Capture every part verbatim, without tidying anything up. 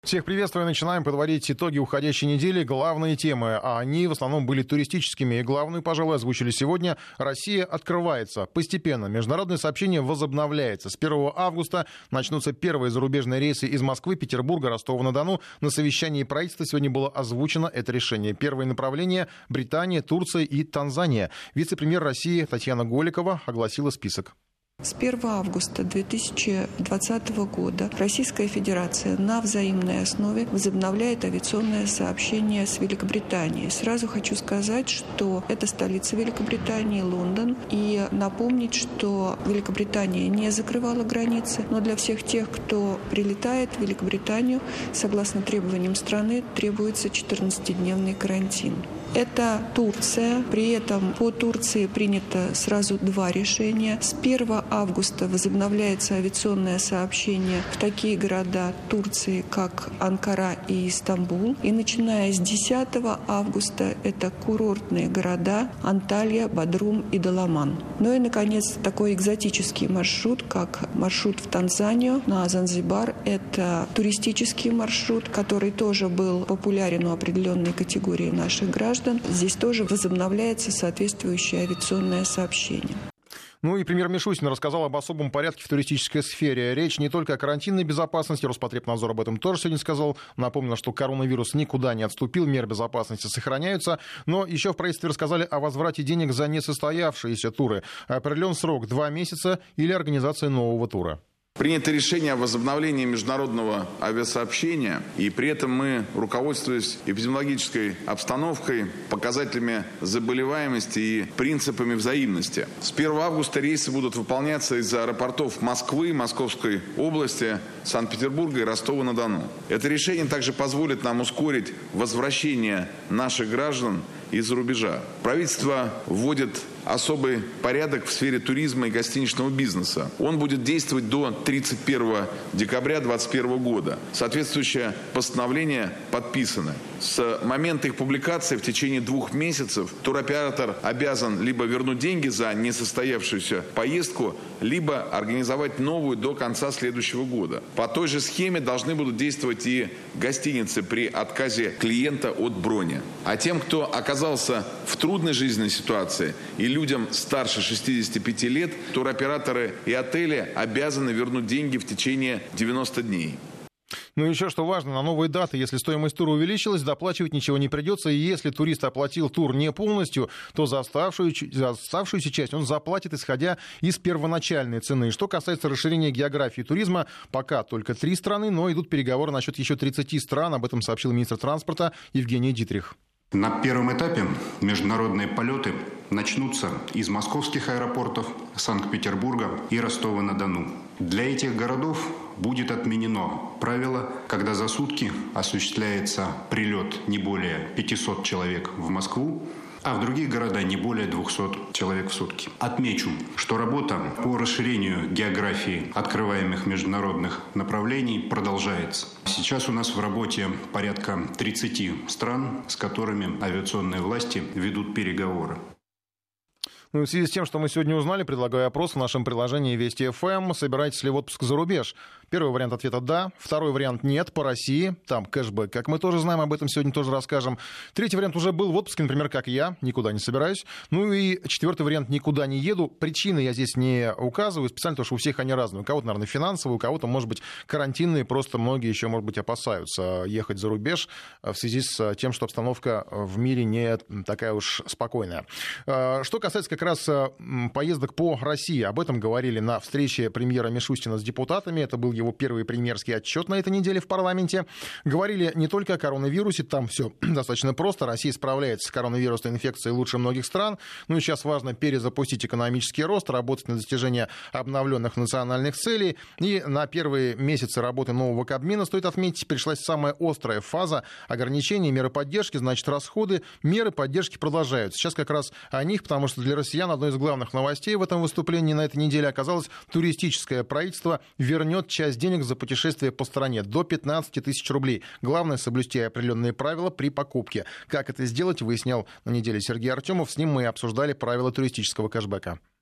Всех приветствую. Начинаем подводить итоги уходящей недели. Главные темы, а они в основном были туристическими. И главную, пожалуй, озвучили сегодня. Россия открывается постепенно. Международное сообщение возобновляется. С первого августа начнутся первые зарубежные рейсы из Москвы, Петербурга, Ростова-на-Дону. На совещании правительства сегодня было озвучено это решение. Первые направления — Британия, Турция и Танзания. Вице-премьер России Татьяна Голикова огласила список. С первого августа две тысячи двадцатого года Российская Федерация на взаимной основе возобновляет авиационное сообщение с Великобританией. Сразу хочу сказать, что это столица Великобритании, Лондон. И напомнить, что Великобритания не закрывала границы, но для всех тех, кто прилетает в Великобританию, согласно требованиям страны, требуется четырнадцатидневный карантин. Это Турция. При этом по Турции принято сразу два решения. С первого августа возобновляется авиационное сообщение в такие города Турции, как Анкара и Стамбул. И начиная с десятого августа это курортные города Анталья, Бодрум и Даламан. Ну и, наконец, такой экзотический маршрут, как маршрут в Танзанию на Занзибар. Это туристический маршрут, который тоже был популярен у определенной категории наших граждан. Здесь тоже возобновляется соответствующее авиационное сообщение. Ну и премьер Мишустин рассказал об особом порядке в туристической сфере. Речь не только о карантинной безопасности, Роспотребнадзор об этом тоже сегодня сказал. Напомнил, что коронавирус никуда не отступил, меры безопасности сохраняются. Но еще в правительстве рассказали о возврате денег за несостоявшиеся туры. Определен срок — два месяца или организация нового тура. Принято решение о возобновлении международного авиасообщения, и при этом мы, руководствуясь эпидемиологической обстановкой, показателями заболеваемости и принципами взаимности. С первого августа рейсы будут выполняться из аэропортов Москвы, Московской области, Санкт-Петербурга и Ростова-на-Дону. Это решение также позволит нам ускорить возвращение наших граждан из-за рубежа. Правительство вводит особый порядок в сфере туризма и гостиничного бизнеса. Он будет действовать до тридцать первого декабря две тысячи двадцать первого года. Соответствующее постановление подписано. С момента их публикации в течение двух месяцев туроператор обязан либо вернуть деньги за несостоявшуюся поездку, либо организовать новую до конца следующего года. По той же схеме должны будут действовать и гостиницы при отказе клиента от брони. А тем, кто оказался в трудной жизненной ситуации и людям старше шестидесяти пяти лет, туроператоры и отели обязаны вернуть деньги в течение девяноста дней. Ну, еще что важно, на новые даты, если стоимость тура увеличилась, доплачивать ничего не придется. И если турист оплатил тур не полностью, то за оставшуюся, за оставшуюся часть он заплатит, исходя из первоначальной цены. Что касается расширения географии туризма, пока только три страны, но идут переговоры насчет еще тридцати стран. Об этом сообщил министр транспорта Евгений Дитрих. На первом этапе международные полеты начнутся из московских аэропортов, Санкт-Петербурга и Ростова-на-Дону. Для этих городов будет отменено правило, когда за сутки осуществляется прилет не более пятисот человек в Москву, а в других городах не более двухсот человек в сутки. Отмечу, что работа по расширению географии открываемых международных направлений продолжается. Сейчас у нас в работе порядка тридцати стран, с которыми авиационные власти ведут переговоры. Ну и в связи с тем, что мы сегодня узнали, предлагаю опрос в нашем приложении Вести эф эм. Собираетесь ли в отпуск за рубеж? Первый вариант ответа — да. Второй вариант — нет, по России. Там кэшбэк, как мы тоже знаем, об этом сегодня тоже расскажем. Третий вариант — уже был в отпуске, например, как я, никуда не собираюсь. Ну и четвертый вариант — никуда не еду. Причины я здесь не указываю, специально, потому что у всех они разные. У кого-то, наверное, финансовые, у кого-то, может быть, карантинные. Просто многие еще, может быть, опасаются ехать за рубеж в связи с тем, что обстановка в мире не такая уж спокойная. Что касается как раз поездок по России, об этом говорили на встрече премьера Мишустина с депутатами. Это был его первый премьерский отчет на этой неделе в парламенте. Говорили не только о коронавирусе, там все достаточно просто. Россия справляется с коронавирусной инфекцией лучше многих стран. Ну и сейчас важно перезапустить экономический рост, работать на достижение обновленных национальных целей. И на первые месяцы работы нового Кабмина, стоит отметить, пришлась самая острая фаза ограничений, меры поддержки, значит, расходы, меры поддержки продолжаются. Сейчас как раз о них, потому что для россиян одной из главных новостей в этом выступлении на этой неделе оказалось: туристическое правительство вернет часть денег за путешествие по стране до пятнадцати тысяч рублей. Главное — соблюсти определенные правила при покупке. Как это сделать, выяснял на неделе Сергей Артемов. С ним мы обсуждали правила туристического кэшбэка.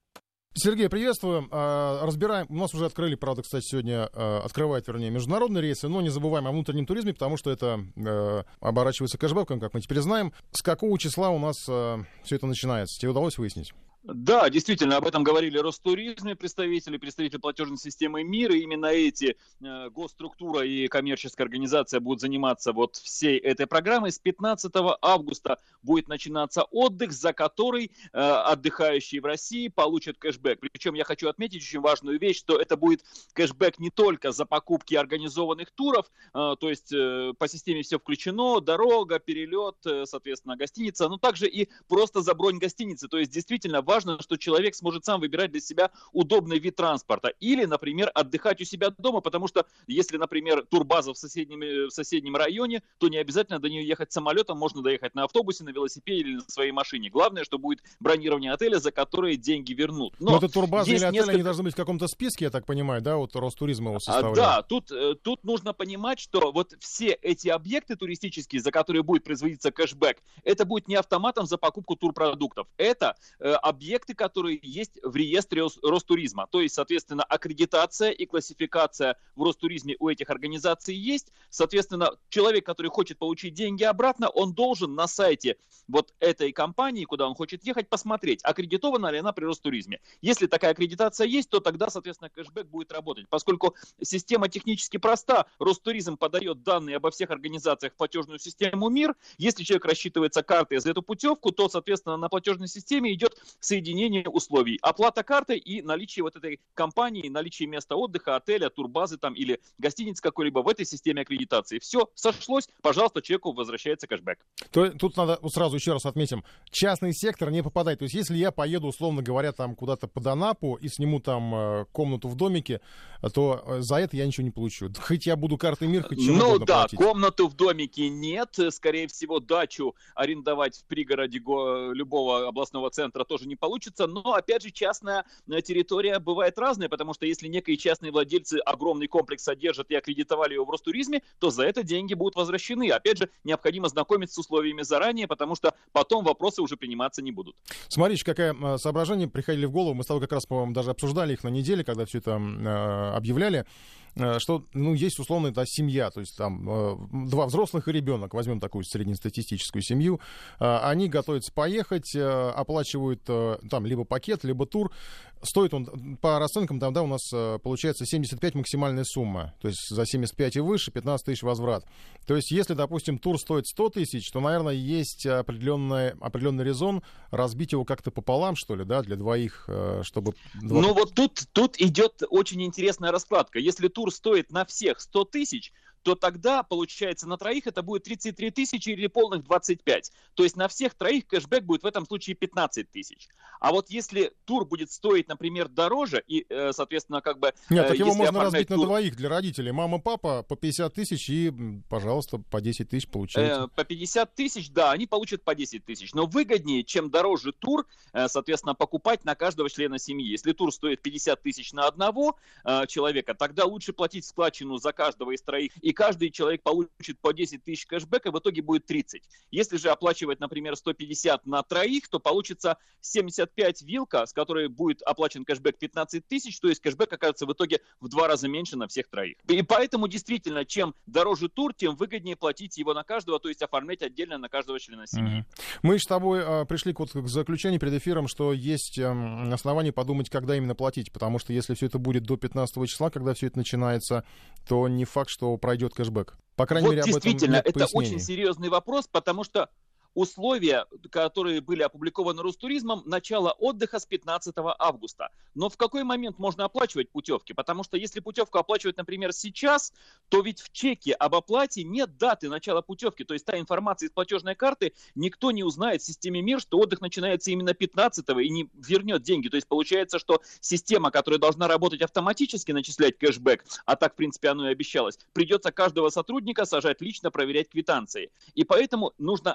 Сергей, приветствую. Разбираем. У нас уже открыли, правда, кстати, сегодня открывают, вернее, международные рейсы, но не забываем о внутреннем туризме, потому что это э, оборачивается кэшбэком, как мы теперь знаем. С какого числа у нас э, все это начинается? Тебе удалось выяснить? Да, действительно, об этом говорили Ростуризме представители, представители платежной системы МИР, и именно эти э, госструктура и коммерческая организация будут заниматься вот всей этой программой. С пятнадцатого августа будет начинаться отдых, за который э, отдыхающие в России получат кэшбэк. Причем я хочу отметить очень важную вещь, что это будет кэшбэк не только за покупки организованных туров, э, то есть э, по системе все включено, дорога, перелет, э, соответственно, гостиница, но также и просто за бронь гостиницы. То есть действительно важно, что человек сможет сам выбирать для себя удобный вид транспорта. Или, например, отдыхать у себя дома, потому что если, например, турбаза в соседнем, в соседнем районе, то не обязательно до нее ехать самолетом, можно доехать на автобусе, на велосипеде или на своей машине. Главное, что будет бронирование отеля, за которые деньги вернут. Но, Но это турбаза или отель, несколько... они должны быть в каком-то списке, я так понимаю, да, вот Ростуризм его составляет. А, да, тут, тут нужно понимать, что вот все эти объекты туристические, за которые будет производиться кэшбэк, это будет не автоматом за покупку турпродуктов. Это э, объекты, которые есть в реестре Ростуризма. То есть, соответственно, аккредитация и классификация в Ростуризме у этих организаций есть. Соответственно, человек, который хочет получить деньги обратно, он должен на сайте вот этой компании, куда он хочет ехать, посмотреть, аккредитована ли она при Ростуризме. Если такая аккредитация есть, то тогда, соответственно, кэшбэк будет работать. Поскольку система технически проста, Ростуризм подает данные обо всех организациях в платежную систему МИР. Если человек рассчитывается картой за эту путевку, то, соответственно, на платежной системе идет соединение условий. Оплата картой и наличие вот этой компании, наличие места отдыха, отеля, турбазы там или гостиницы какой-либо в этой системе аккредитации. Все сошлось, пожалуйста, человеку возвращается кэшбэк. То, тут надо сразу еще раз отметим, частный сектор не попадает. То есть если я поеду, условно говоря, там куда-то под Анапу и сниму там э, комнату в домике, то э, за это я ничего не получу. Хоть я буду картой МИР, хоть чем угодно Ну да, платить. комнату в домике нет. Скорее всего, дачу арендовать в пригороде го- любого областного центра тоже не получится. Но, опять же, частная территория бывает разная, потому что если некие частные владельцы огромный комплекс содержат и аккредитовали его в Ростуризме, то за это деньги будут возвращены. Опять же, необходимо знакомиться с условиями заранее, потому что потом вопросы уже приниматься не будут. Смотрите, какое э, соображение приходили в голову. Мы с тобой как раз, по-моему, даже обсуждали их на неделе, когда все это э, объявляли, э, что, ну, есть условно да, семья, то есть там э, два взрослых и ребенок, возьмем такую среднестатистическую семью, э, они готовятся поехать, э, оплачивают э, там либо пакет, либо тур. Стоит он, по расценкам, там, да, у нас э, получается семьдесят пять максимальная сумма, то есть за семьдесят пять и выше пятнадцать тысяч возврат. То есть если, допустим, тур стоит сто тысяч, то, наверное, есть определенный, определенный резон разбить его как-то пополам, что ли, да, для двоих, э, чтобы... Два... Ну вот тут, тут идет очень интересная раскладка. Если тур стоит на всех сто тысяч, то тогда, получается, на троих это будет тридцать три тысячи или полных двадцать пять. То есть на всех троих кэшбэк будет в этом случае пятнадцать тысяч. А вот если тур будет стоить, например, дороже, и, соответственно, как бы... Нет, так его можно разбить тур... на двоих для родителей. Мама, папа по пятьдесят тысяч и, пожалуйста, по десять тысяч получаете. По пятьдесят тысяч, да, они получат по десять тысяч. Но выгоднее, чем дороже тур, соответственно, покупать на каждого члена семьи. Если тур стоит пятьдесят тысяч на одного человека, тогда лучше платить складчину за каждого из троих, и каждый человек получит по десять тысяч кэшбэка, в итоге будет тридцать. Если же оплачивать, например, сто пятьдесят на троих, то получится семьдесят пять вилка, с которой будет оплачен кэшбэк пятнадцать тысяч, то есть кэшбэк окажется в итоге в два раза меньше на всех троих. И поэтому действительно, чем дороже тур, тем выгоднее платить его на каждого, то есть оформлять отдельно на каждого члена семьи. Mm-hmm. Мы с тобой э, пришли к, вот, к заключению перед эфиром, что есть э, основания подумать, когда именно платить, потому что если все это будет до пятнадцатого числа, когда все это начинается, то не факт, что пройдет кэшбэк. По крайней вот мере, об этом действительно, нет это пояснений. очень серьезный вопрос, потому что условия, которые были опубликованы Ростуризмом, начало отдыха с пятнадцатого августа. Но в какой момент можно оплачивать путевки? Потому что если путевку оплачивать, например, сейчас, то ведь в чеке об оплате нет даты начала путевки. То есть та информация из платежной карты, никто не узнает в системе МИР, что отдых начинается именно пятнадцатого и не вернет деньги. То есть получается, что система, которая должна работать автоматически, начислять кэшбэк, а так, в принципе, оно и обещалось, придется каждого сотрудника сажать лично, проверять квитанции. И поэтому нужно э,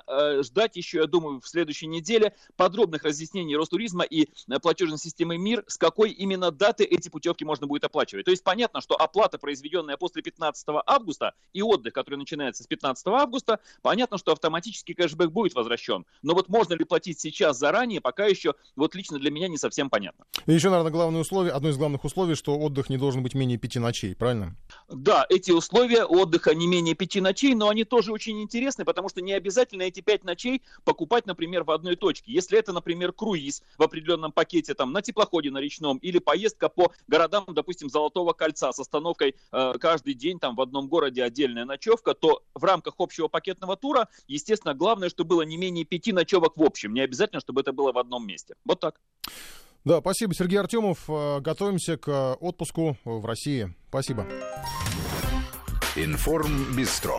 ждать еще, я думаю, в следующей неделе подробных разъяснений Ростуризма и платежной системы МИР, с какой именно даты эти путевки можно будет оплачивать. То есть понятно, что оплата, произведенная после пятнадцатого августа, и отдых, который начинается с пятнадцатого августа, понятно, что автоматически кэшбэк будет возвращен. Но вот можно ли платить сейчас заранее, пока еще вот лично для меня не совсем понятно. И еще, наверное, главное условие, одно из главных условий, что отдых не должен быть менее пяти ночей, правильно? Да, эти условия отдыха не менее пяти ночей, но они тоже очень интересны, потому что не обязательно эти пять ночей покупать, например, в одной точке. Если это, например, круиз в определенном пакете, там, на теплоходе на речном, или поездка по городам, допустим, Золотого кольца с остановкой э, каждый день там в одном городе отдельная ночевка, то в рамках общего пакетного тура, естественно, главное, чтобы было не менее пяти ночевок в общем. Не обязательно, чтобы это было в одном месте. Вот так. Да, спасибо, Сергей Артемов. Готовимся к отпуску в России. Спасибо. Информбистро.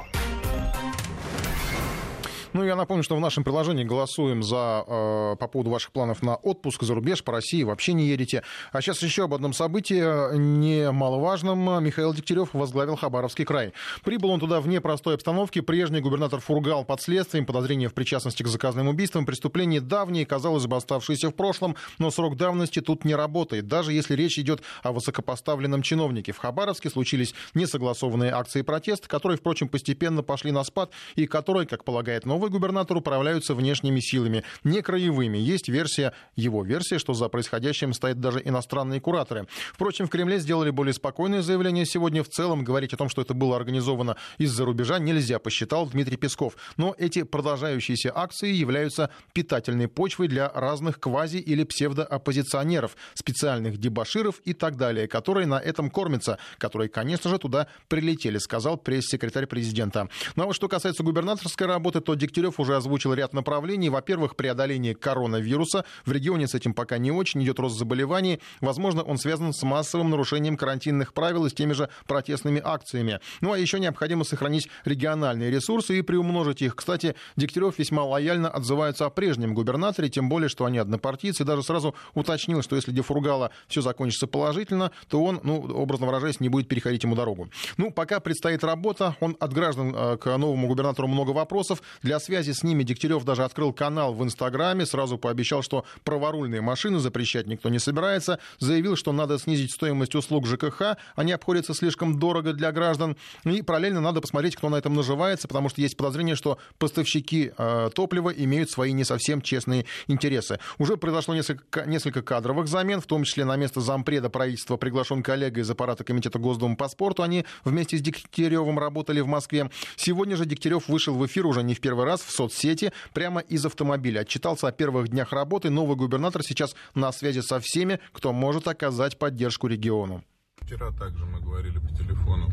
Ну, я напомню, что в нашем приложении голосуем за, э, по поводу ваших планов на отпуск за рубеж, по России вообще не едете. А сейчас еще об одном событии немаловажном. Михаил Дегтярев возглавил Хабаровский край. Прибыл он туда в непростой обстановке. Прежний губернатор Фургал под следствием, подозрение в причастности к заказным убийствам, преступления давние, казалось бы, оставшиеся в прошлом, но срок давности тут не работает, даже если речь идет о высокопоставленном чиновнике. В Хабаровске случились несогласованные акции протеста, которые, впрочем, постепенно пошли на спад и которые, как полагает новый губернатор, управляются внешними силами, не краевыми. Есть версия, его версия, что за происходящим стоят даже иностранные кураторы. Впрочем, в Кремле сделали более спокойное заявление сегодня. В целом говорить о том, что это было организовано из-за рубежа, нельзя, посчитал Дмитрий Песков. Но эти продолжающиеся акции являются питательной почвой для разных квази- или псевдооппозиционеров, специальных дебоширов и так далее, которые на этом кормятся, которые, конечно же, туда прилетели, сказал пресс-секретарь президента. Ну а вот что касается губернаторской работы, то Дегтярев уже озвучил ряд направлений. Во-первых, преодоление коронавируса. В регионе с этим пока не очень. Идет рост заболеваний. Возможно, он связан с массовым нарушением карантинных правил и с теми же протестными акциями. Ну а еще необходимо сохранить региональные ресурсы и приумножить их. Кстати, Дегтярев весьма лояльно отзывается о прежнем губернаторе, тем более, что они однопартийцы. Даже сразу уточнил, что если для Фургала все закончится положительно, то он, ну, образно выражаясь, не будет переходить ему дорогу. Ну, пока предстоит работа. Он от граждан к новому губернатору много вопросов. Для связи с ними Дегтярев даже открыл канал в Инстаграме, сразу пообещал, что праворульные машины запрещать никто не собирается, заявил, что надо снизить стоимость услуг ЖКХ, они обходятся слишком дорого для граждан, и параллельно надо посмотреть, кто на этом наживается, потому что есть подозрение, что поставщики э, топлива имеют свои не совсем честные интересы. Уже произошло несколько, несколько кадровых замен, в том числе на место зампреда правительства приглашен коллега из аппарата Комитета Госдумы по спорту, они вместе с Дегтяревым работали в Москве. Сегодня же Дегтярев вышел в эфир уже не в первый раз в соцсети прямо из автомобиля. Отчитался о первых днях работы. Новый губернатор сейчас на связи со всеми, кто может оказать поддержку региону. Вчера также мы говорили по телефону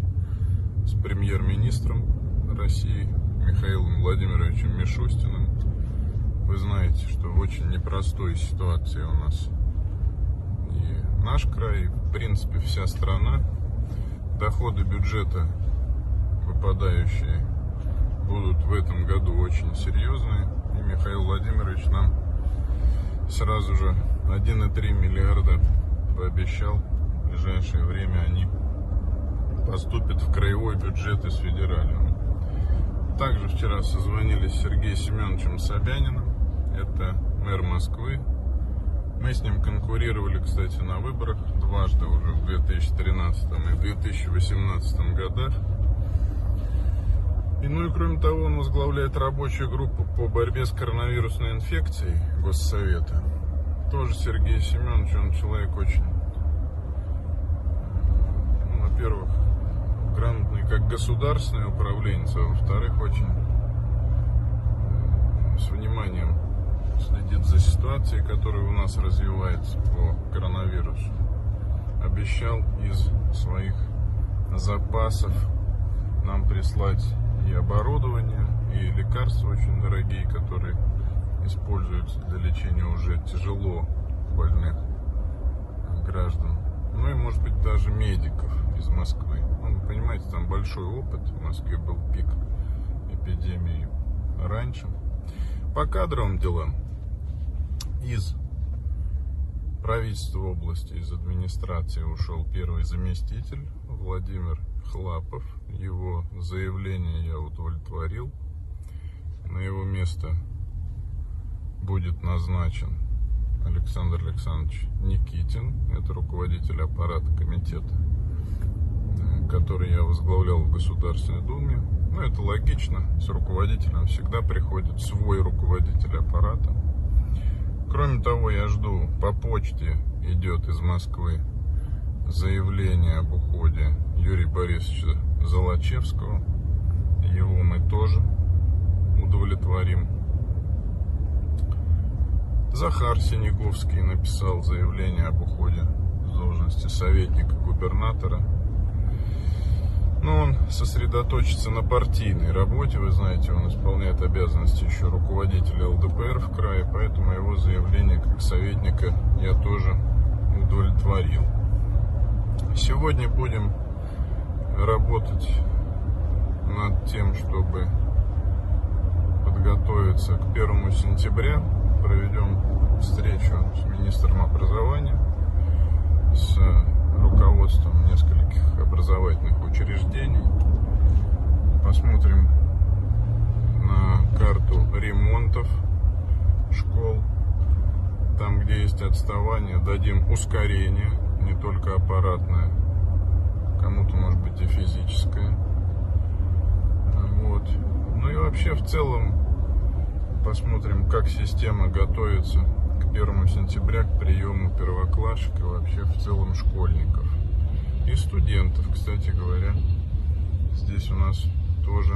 с премьер-министром России Михаилом Владимировичем Мишустиным. Вы знаете, что в очень непростой ситуации у нас и наш край, и, в принципе, вся страна. Доходы бюджета, выпадающие, будут в этом году очень серьезные. И Михаил Владимирович нам сразу же один и три миллиарда пообещал. В ближайшее время они поступят в краевой бюджет и с федеральным. Также вчера созвонились с Сергеем Семеновичем Собяниным. Это мэр Москвы. Мы с ним конкурировали, кстати, на выборах дважды уже в две тысячи тринадцатом и две тысячи восемнадцатом годах. И, ну и кроме того, он возглавляет рабочую группу по борьбе с коронавирусной инфекцией Госсовета. Тоже Сергей Семенович, он человек очень, ну, во-первых, грамотный как государственный управленец, а во-вторых, очень с вниманием следит за ситуацией, которая у нас развивается по коронавирусу. Обещал из своих запасов нам прислать и оборудование, и лекарства очень дорогие, которые используются для лечения уже тяжело больных граждан. Ну и, может быть, даже медиков из Москвы. Ну, вы понимаете, там большой опыт. В Москве был пик эпидемии раньше. По кадровым делам из правительства области, из администрации ушел первый заместитель Владимир Хлапов. Его заявление я удовлетворил. На его место будет назначен Александр Александрович Никитин, это руководитель аппарата комитета, который я возглавлял в Государственной Думе. Ну, это логично, с руководителем всегда приходит свой руководитель аппарата. Кроме того, я жду, по почте идет из Москвы заявление об уходе Юрия Борисовича Золочевского. Его мы тоже удовлетворим. Захар Синеговский написал заявление об уходе с должности советника губернатора. Но он сосредоточится на партийной работе. Вы знаете, он исполняет обязанности еще руководителя эл дэ пэ эр в крае, поэтому его заявление как советника я тоже удовлетворил. Сегодня будем работать над тем, чтобы подготовиться к первому сентября. Проведем встречу с министром образования, с руководством нескольких образовательных учреждений. Посмотрим на карту ремонтов школ. Там, где есть отставание, дадим ускорение, не только аппаратное, кому-то, может быть, и физическое. Вот. Ну и вообще, в целом, посмотрим, как система готовится к первому сентября, к приему первоклашек и вообще в целом школьников. И студентов, кстати говоря. Здесь у нас тоже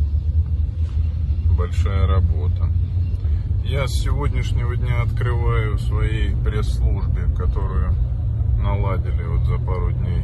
большая работа. Я с сегодняшнего дня открываю в своей пресс-службе, которую наладили вот за пару дней,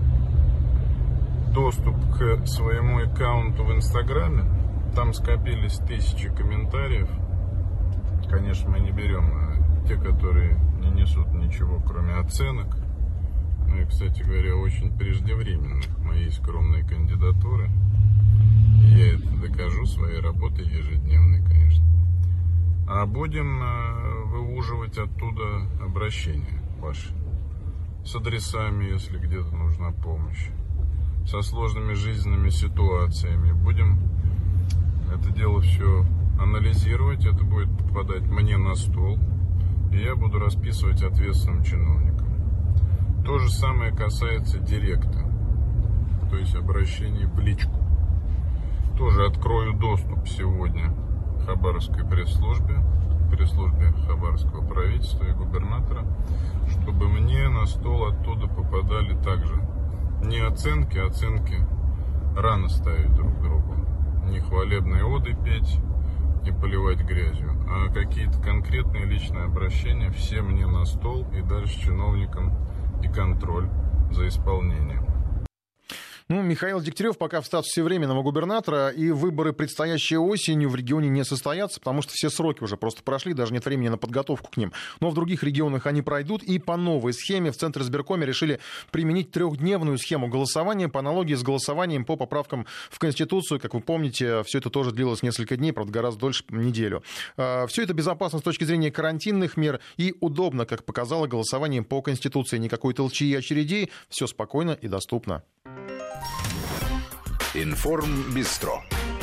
доступ к своему аккаунту в Инстаграме. Там скопились тысячи комментариев. Конечно, мы не берем те, которые не несут ничего, кроме оценок. Ну и, кстати говоря, очень преждевременных моей скромной кандидатуры. Я это докажу своей работой ежедневной, конечно. А будем выуживать оттуда обращения ваши. С адресами, если где-то нужна помощь. Со сложными жизненными ситуациями. Будем это дело все анализировать. Это будет попадать мне на стол. И я буду расписывать ответственным чиновникам. То же самое касается директа. То есть обращений в личку. Тоже открою доступ сегодня Хабаровской пресс-службе, пресс-службе Хабаровского правительства и губернатора, чтобы мне на стол оттуда попадали также не оценки, оценки рано ставить друг другу, не хвалебные оды петь, не поливать грязью, а какие-то конкретные личные обращения все мне на стол и дальше чиновникам и контроль за исполнением. Ну, Михаил Дегтярев пока в статусе временного губернатора, и выборы, предстоящие осенью, в регионе не состоятся, потому что все сроки уже просто прошли, даже нет времени на подготовку к ним. Но в других регионах они пройдут, и по новой схеме в Центре избиркоме решили применить трехдневную схему голосования по аналогии с голосованием по поправкам в Конституцию. Как вы помните, все это тоже длилось несколько дней, правда, гораздо дольше, неделю. Все это безопасно с точки зрения карантинных мер и удобно, как показало голосование по Конституции. Никакой толчии и очередей, все спокойно и доступно. Информбистро.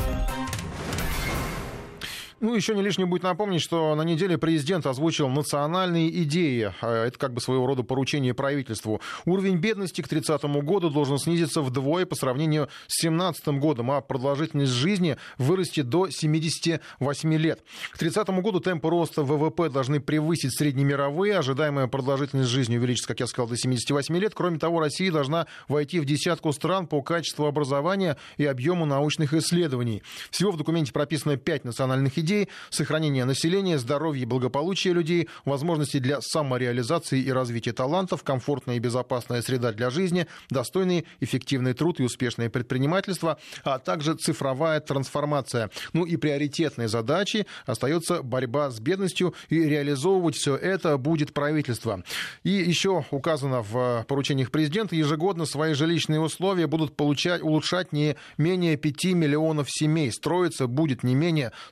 Ну, еще не лишним будет напомнить, что на неделе президент озвучил национальные идеи. Это как бы своего рода поручение правительству. Уровень бедности к тридцатому году должен снизиться вдвое по сравнению с семнадцатым годом, а продолжительность жизни вырасти до семидесяти восьми лет. К тридцатому году темпы роста вэ вэ пэ должны превысить среднемировые. Ожидаемая продолжительность жизни увеличится, как я сказал, до семидесяти восьми лет. Кроме того, Россия должна войти в десятку стран по качеству образования и объему научных исследований. Всего в документе прописано пять национальных идей. Сохранение населения, здоровье и благополучие людей, возможности для самореализации и развития талантов, комфортная и безопасная среда для жизни, достойный эффективный труд и успешное предпринимательство, а также цифровая трансформация. Ну и приоритетной задачей остается борьба с бедностью, и реализовывать все это будет правительство. И еще указано в поручениях президента, ежегодно свои жилищные условия будут получать, улучшать не менее пяти миллионов семей. Строиться будет не менее ста двадцати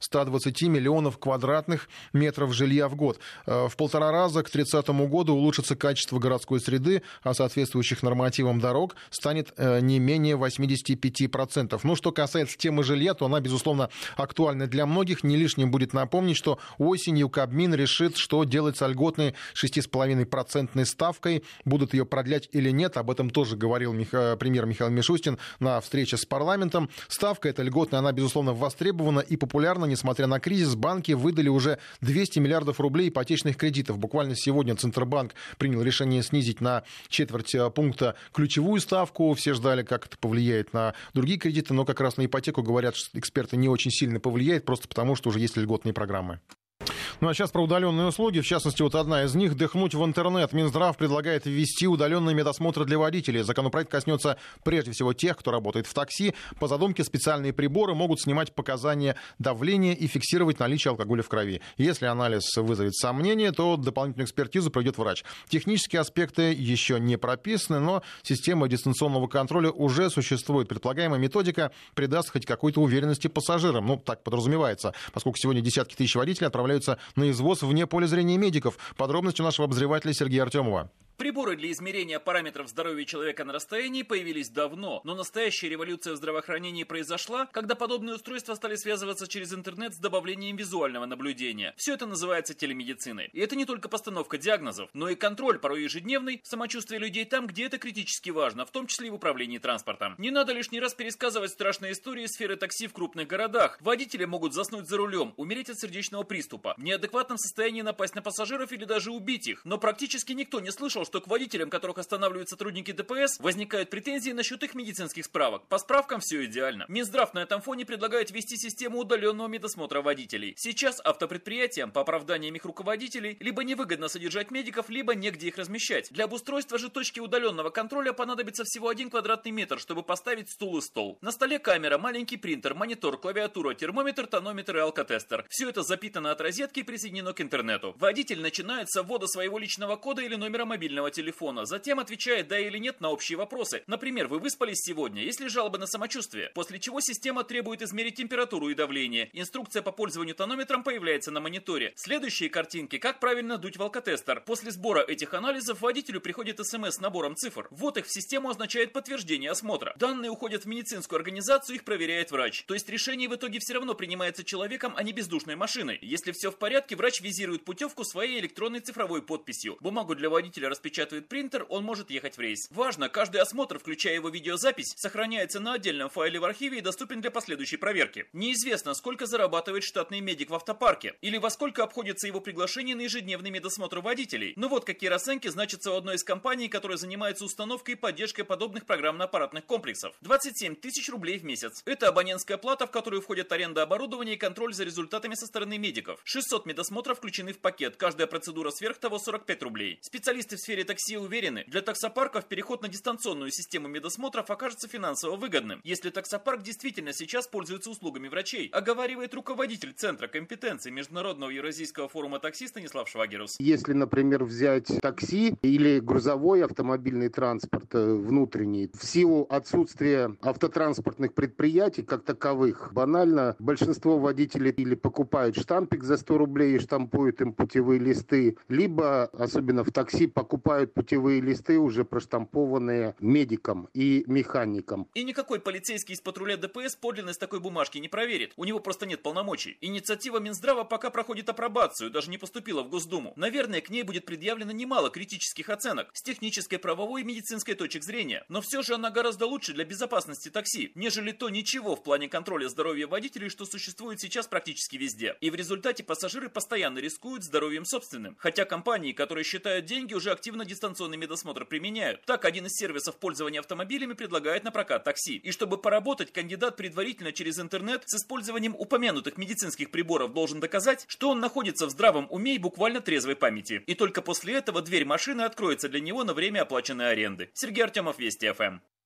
двадцати миллионов квадратных метров жилья в год. В полтора раза к тридцатому году улучшится качество городской среды, а соответствующих нормативам дорог станет не менее восемьдесят пять процентов. Ну, что касается темы жилья, то она, безусловно, актуальна для многих. Не лишним будет напомнить, что осенью Кабмин решит, что делать с льготной шесть целых пять десятых процентной ставкой. Будут ее продлять или нет, об этом тоже говорил Миха... премьер Михаил Мишустин на встрече с парламентом. Ставка эта льготная, она, безусловно, востребована и популярна. Несмотря на кризис, банки выдали уже двести миллиардов рублей ипотечных кредитов. Буквально сегодня Центробанк принял решение снизить на четверть пункта ключевую ставку. Все ждали, как это повлияет на другие кредиты, но как раз на ипотеку, говорят, эксперты, не очень сильно повлияет, просто потому что уже есть льготные программы. Ну а сейчас про удаленные услуги, в частности, вот одна из них — дыхнуть в интернет. Минздрав предлагает ввести удаленные медосмотры для водителей. Законопроект коснется прежде всего тех, кто работает в такси. По задумке, специальные приборы могут снимать показания давления и фиксировать наличие алкоголя в крови. Если анализ вызовет сомнения, то дополнительную экспертизу проведет врач. Технические аспекты еще не прописаны, но система дистанционного контроля уже существует. Предполагаемая методика придаст хоть какой-то уверенности пассажирам. Ну, так подразумевается, поскольку сегодня десятки тысяч водителей отправляются на извоз вне поля зрения медиков. Подробности у нашего обозревателя Сергея Артемова. Приборы для измерения параметров здоровья человека на расстоянии появились давно, но настоящая революция в здравоохранении произошла, когда подобные устройства стали связываться через интернет с добавлением визуального наблюдения. Все это называется телемедициной. И это не только постановка диагнозов, но и контроль, порой ежедневный, самочувствия людей там, где это критически важно, в том числе и в управлении транспортом. Не надо лишний раз пересказывать страшные истории сферы такси в крупных городах. Водители могут заснуть за рулем, умереть от сердечного приступа, в неадекватном состоянии напасть на пассажиров или даже убить их. Но практически никто не слышал, что к водителям, которых останавливают сотрудники ДПС, возникают претензии насчет их медицинских справок. По справкам все идеально. Минздрав на этом фоне предлагает ввести систему удаленного медосмотра водителей. Сейчас автопредприятиям, по оправданиям их руководителей, либо невыгодно содержать медиков, либо негде их размещать. Для обустройства же точки удаленного контроля понадобится всего один квадратный метр, чтобы поставить стул и стол. На столе камера, маленький принтер, монитор, клавиатура, термометр, тонометр и алкотестер. Все это запитано от розетки и присоединено к интернету. Водитель начинает с ввода своего личного кода или номера мобильного телефона, затем отвечает да или нет на общие вопросы. Например, вы выспались сегодня, есть ли жалобы на самочувствие? После чего система требует измерить температуру и давление. Инструкция по пользованию тонометром появляется на мониторе. Следующие картинки, как правильно дуть в алкотестер. После сбора этих анализов водителю приходит смс с набором цифр. Ввод их в систему означает подтверждение осмотра. Данные уходят в медицинскую организацию, их проверяет врач. То есть решение в итоге все равно принимается человеком, а не бездушной машиной. Если все в порядке, врач визирует путевку своей электронной цифровой подписью. Бумагу для водителя распечатывает принтер, он может ехать в рейс. Важно, каждый осмотр, включая его видеозапись, сохраняется на отдельном файле в архиве и доступен для последующей проверки. Неизвестно, сколько зарабатывает штатный медик в автопарке, или во сколько обходится его приглашение на ежедневный медосмотр водителей. Но вот какие расценки значатся у одной из компаний, которая занимается установкой и поддержкой подобных программно-аппаратных комплексов. двадцать семь тысяч рублей в месяц. Это абонентская плата, в которую входят аренда оборудования и контроль за результатами со стороны медиков. шестьсот медосмотров включены в пакет, каждая процедура сверх того сорок пять рублей. Специалисты в сфере такси уверены, для таксопарков переход на дистанционную систему медосмотров окажется финансово выгодным, если таксопарк действительно сейчас пользуется услугами врачей, оговаривает руководитель Центра компетенции Международного евразийского форума такси Станислав Швагерус. Если, например, взять такси или грузовой автомобильный транспорт внутренний, в силу отсутствия автотранспортных предприятий как таковых, банально большинство водителей или покупают штампик за сто рублей и штампуют им путевые листы, либо, особенно в такси, покупают путевые листы, уже проштампованные медикам и механикам. И никакой полицейский из патруля ДПС подлинность такой бумажки не проверит. У него просто нет полномочий. Инициатива Минздрава пока проходит апробацию, даже не поступила в Госдуму. Наверное, к ней будет предъявлено немало критических оценок с технической, правовой и медицинской точек зрения. Но все же она гораздо лучше для безопасности такси, нежели то ничего в плане контроля здоровья водителей, что существует сейчас практически везде. И в результате пассажиры постоянно рискуют здоровьем собственным. Хотя компании, которые считают деньги, уже активно дистанционный медосмотр применяют. Так, один из сервисов пользования автомобилями предлагает на прокат такси. И чтобы поработать, кандидат предварительно через интернет с использованием упомянутых медицинских приборов должен доказать, что он находится в здравом уме и буквально трезвой памяти. И только после этого дверь машины откроется для него на время оплаченной аренды. Сергей Артемов, Вести ФМ.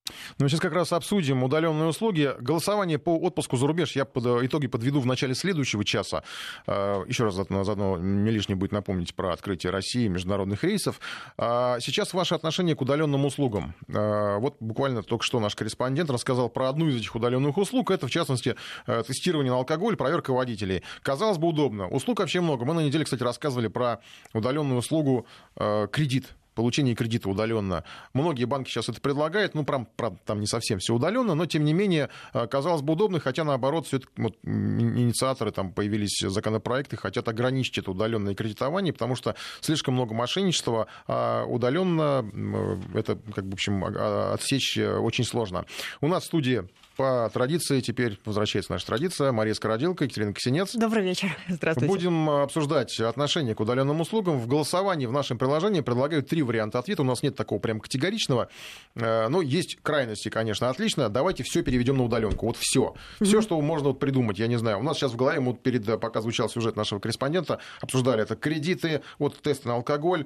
Ну, сейчас как раз обсудим удаленные услуги. Голосование по отпуску за рубеж я под, итоги подведу в начале следующего часа. Еще раз заодно не лишне будет напомнить про открытие России международных рейсов. Сейчас ваше отношение к удаленным услугам. Вот буквально только что наш корреспондент рассказал про одну из этих удаленных услуг. Это, в частности, тестирование на алкоголь, проверка водителей. Казалось бы, удобно. Услуг вообще много. Мы на неделе, кстати, рассказывали про удаленную услугу кредит. Получение кредита удаленно. Многие банки сейчас это предлагают, ну, правда, там не совсем все удаленно, но, тем не менее, казалось бы, удобно, хотя, наоборот, все это, вот, инициаторы, там появились законопроекты, хотят ограничить это удаленное кредитование, потому что слишком много мошенничества, а удаленно это, как бы, в общем, отсечь очень сложно. У нас в студии по традиции теперь возвращается наша традиция. Мария Скороделка, Екатерина Косинец. Добрый вечер. Здравствуйте. Будем обсуждать отношение к удаленным услугам. В голосовании в нашем приложении предлагают три варианта ответа. У нас нет такого прям категоричного. Но есть крайности, конечно, отлично. Давайте все переведем на удаленку. Вот все. Все, mm-hmm. что можно вот придумать, я не знаю. У нас сейчас в голове, мы перед, пока звучал сюжет нашего корреспондента, обсуждали это кредиты, вот тесты на алкоголь,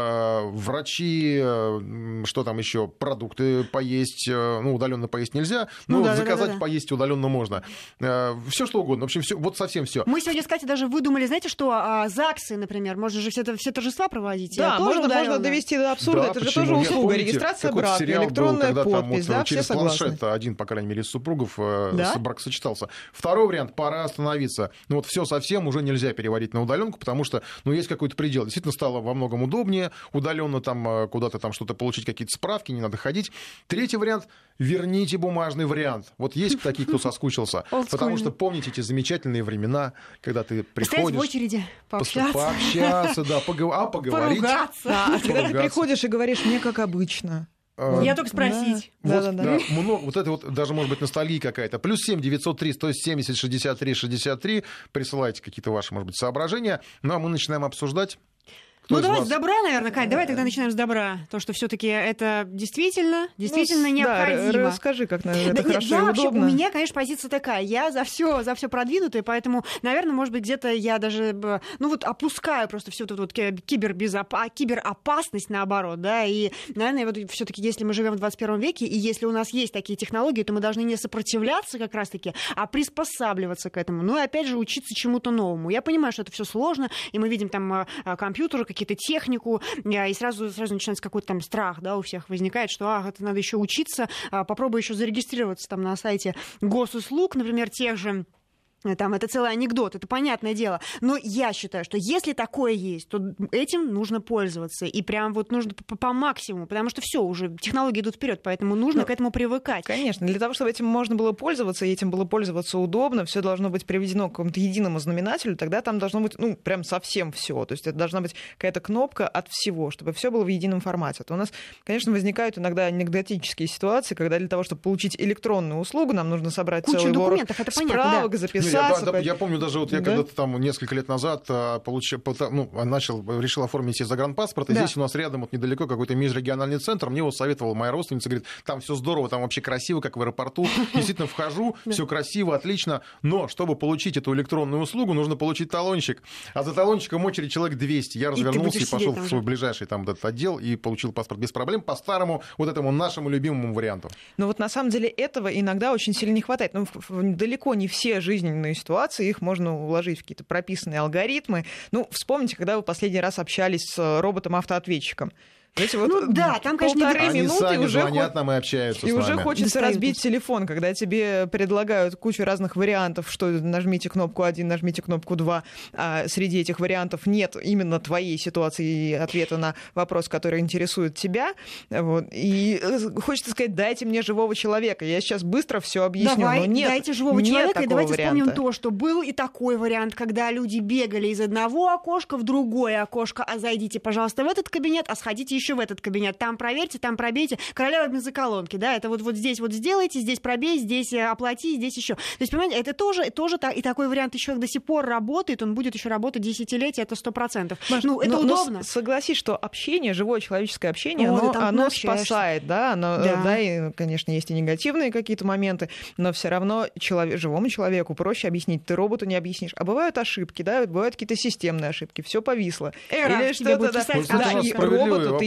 врачи, что там еще, продукты поесть. Ну, удаленно поесть нельзя. Ну, да, заказать да, да, да. поесть удаленно можно. Все что угодно. В общем, все, вот совсем все. Мы сегодня, кстати, даже выдумали, знаете, что а, ЗАГСы, например, можно же все, это, все торжества проводить. Да, можно, можно довести до абсурда. Да, это почему? же тоже услуга. Помните, регистрация брака, электронная был, подпись. Там, вот, да, через планшет один, по крайней мере, из супругов да? брак сочетался. Второй вариант — пора остановиться. Ну вот все совсем уже нельзя переводить на удаленку, потому что ну, есть какой-то предел. Действительно стало во многом удобнее удаленно там куда-то там что-то получить, какие-то справки, не надо ходить. Третий вариант — верните бумажный вариант. Вот есть такие, кто соскучился. Потому что помните эти замечательные времена, когда ты приходишь... Стоять в очереди, пообщаться. Пообщаться, да, а поговорить. Поругаться. А когда ты приходишь и говоришь: мне как обычно. Я только спросить. Да, вот, да, да. Да, много, вот это вот даже может быть ностальгия какая-то. Плюс семь девятьсот три сто семьдесят шестьдесят три шестьдесят три. Присылайте какие-то ваши, может быть, соображения. Ну а мы начинаем обсуждать. Кто ну, давайте вас... с добра, наверное, Кать. Давай тогда начинаем с добра. То, что все-таки это действительно, действительно ну, необходимо. Да, расскажи, как это да, хорошо я и вообще, удобно. У меня, конечно, позиция такая. Я за все, за все продвинутое, поэтому, наверное, может быть, где-то я даже, ну вот, опускаю просто всю эту вот кибербезопа... киберопасность, наоборот, да, и, наверное, вот все-таки, если мы живем в двадцать первом веке, и если у нас есть такие технологии, то мы должны не сопротивляться как раз-таки, а приспосабливаться к этому. Ну и, опять же, учиться чему-то новому. Я понимаю, что это все сложно, и мы видим там компьютеры, какие-то технику, и сразу, сразу начинается какой-то там страх, да, у всех возникает, что а, это надо еще учиться, а, попробуй еще зарегистрироваться там на сайте госуслуг, например, тех же. Там это целый анекдот, это понятное дело. Но я считаю, что если такое есть, то этим нужно пользоваться. И прям вот нужно по, по максимуму, потому что все, уже технологии идут вперед, поэтому нужно ну, к этому привыкать. Конечно, для того, чтобы этим можно было пользоваться, и этим было пользоваться удобно, все должно быть приведено к какому-то единому знаменателю, тогда там должно быть, ну, прям совсем все. То есть это должна быть какая-то кнопка от всего, чтобы все было в едином формате. То у нас, конечно, возникают иногда анекдотические ситуации, когда для того, чтобы получить электронную услугу, нам нужно собрать кучу целый ворох справок, да. записать. Я, да, я помню даже, вот я да? когда-то там несколько лет назад получил, ну, начал, решил оформить себе загранпаспорт, и да. здесь у нас рядом вот недалеко какой-то межрегиональный центр, мне его советовала моя родственница, говорит, там все здорово, там вообще красиво, как в аэропорту, действительно вхожу, все красиво, отлично, но чтобы получить эту электронную услугу, нужно получить талончик, а за талончиком очередь человек двести, я развернулся и, и пошел в свой ближайший там этот отдел и получил паспорт без проблем по старому вот этому нашему любимому варианту. Но вот на самом деле этого иногда очень сильно не хватает, ну, далеко не все жизненные ситуации, их можно уложить в какие-то прописанные алгоритмы. Ну, вспомните, когда вы последний раз общались с роботом-автоответчиком. Знаете, вот ну да, там, конечно, полторы они минуты сами уже звонят ход... нам и общаются и с уже нами. хочется Достают. разбить телефон, когда тебе предлагают кучу разных вариантов, что нажмите кнопку один, нажмите кнопку два, а среди этих вариантов нет именно твоей ситуации и ответа на вопрос, который интересует тебя. Вот. И хочется сказать, дайте мне живого человека, я сейчас быстро все объясню. Давай, но нет, дайте живого нет человека, и давайте варианта. Вспомним то, что был и такой вариант, когда люди бегали из одного окошка в другое окошко, а зайдите, пожалуйста, в этот кабинет, а сходите еще в этот кабинет. Там проверьте, там пробейте. Королева бензоколонки, да, это вот, вот здесь вот сделайте, здесь пробей, здесь оплати, здесь еще. То есть, понимаете, это тоже, тоже так, и такой вариант еще до сих пор работает, он будет еще работать десятилетия, это сто процентов. Ну, это но, удобно. Но согласись, что общение, живое человеческое общение, О, оно, да, оно спасает, да, оно, да. да, и, конечно, есть и негативные какие-то моменты, но все равно человек, живому человеку проще объяснить, ты роботу не объяснишь. А бывают ошибки, да, бывают какие-то системные ошибки, все повисло. Эра, или что-то, да, писать, да, и роботу ты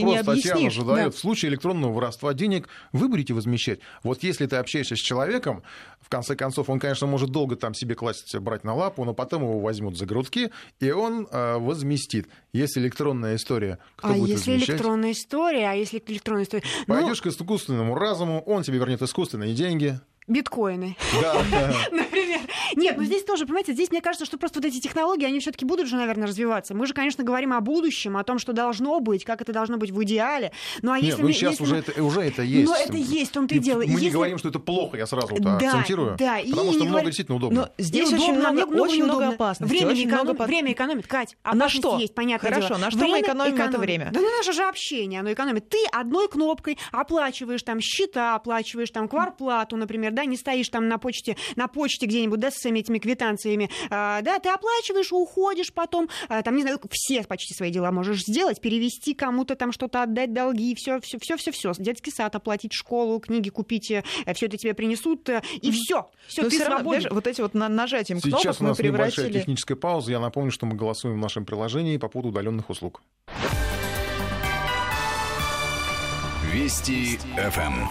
вопрос не Татьяна объяснишь. задает. Да. В случае электронного воровства денег вы будете возмещать? Вот если ты общаешься с человеком, в конце концов, он, конечно, может долго там себе класть, брать на лапу, но потом его возьмут за грудки, и он э, возместит. Если электронная история, кто а будет если возмещать? электронная история, а если электронная история... Пойдешь ну... к искусственному разуму, он тебе вернет искусственные деньги. Биткоины. Да, да. Например. Нет, ну здесь тоже, понимаете, здесь мне кажется, что просто вот эти технологии, они все-таки будут же, наверное, развиваться. Мы же, конечно, говорим о будущем, о том, что должно быть, как это должно быть в идеале. Ну, а Нет, если ну мы, сейчас если уже, мы... это, уже это есть. Но это есть, в том-то и, и дело. Мы если... не говорим, что это плохо, я сразу вот да, акцентирую. Да, потому и что много говорим... действительно удобно. Но здесь удобно, очень много, много, очень много неудобно. опасностей. Время, очень эконом... много... Время экономит, Кать. А на что? Есть, понятное Хорошо, дело. на что время мы экономим экономит. это время? Да на наше же общение оно экономит. Ты одной кнопкой оплачиваешь там счета, оплачиваешь там квартплату, например, да, не стоишь там на почте, на почте где-нибудь, да, с всеми этими квитанциями, а, да, ты оплачиваешь, уходишь потом, а, там, не знаю, все почти свои дела можешь сделать, перевести кому-то там что-то, отдать долги, все, все, все, все, все, детский сад оплатить, школу, книги купить, все это тебе принесут, и все, все, ты все равно, свободен. знаешь, вот эти вот на нажатием кнопок Сейчас у мы нас небольшая превратили... техническая пауза. Я напомню, что мы голосуем в нашем приложении по поводу удаленных услуг. Вести эф эм.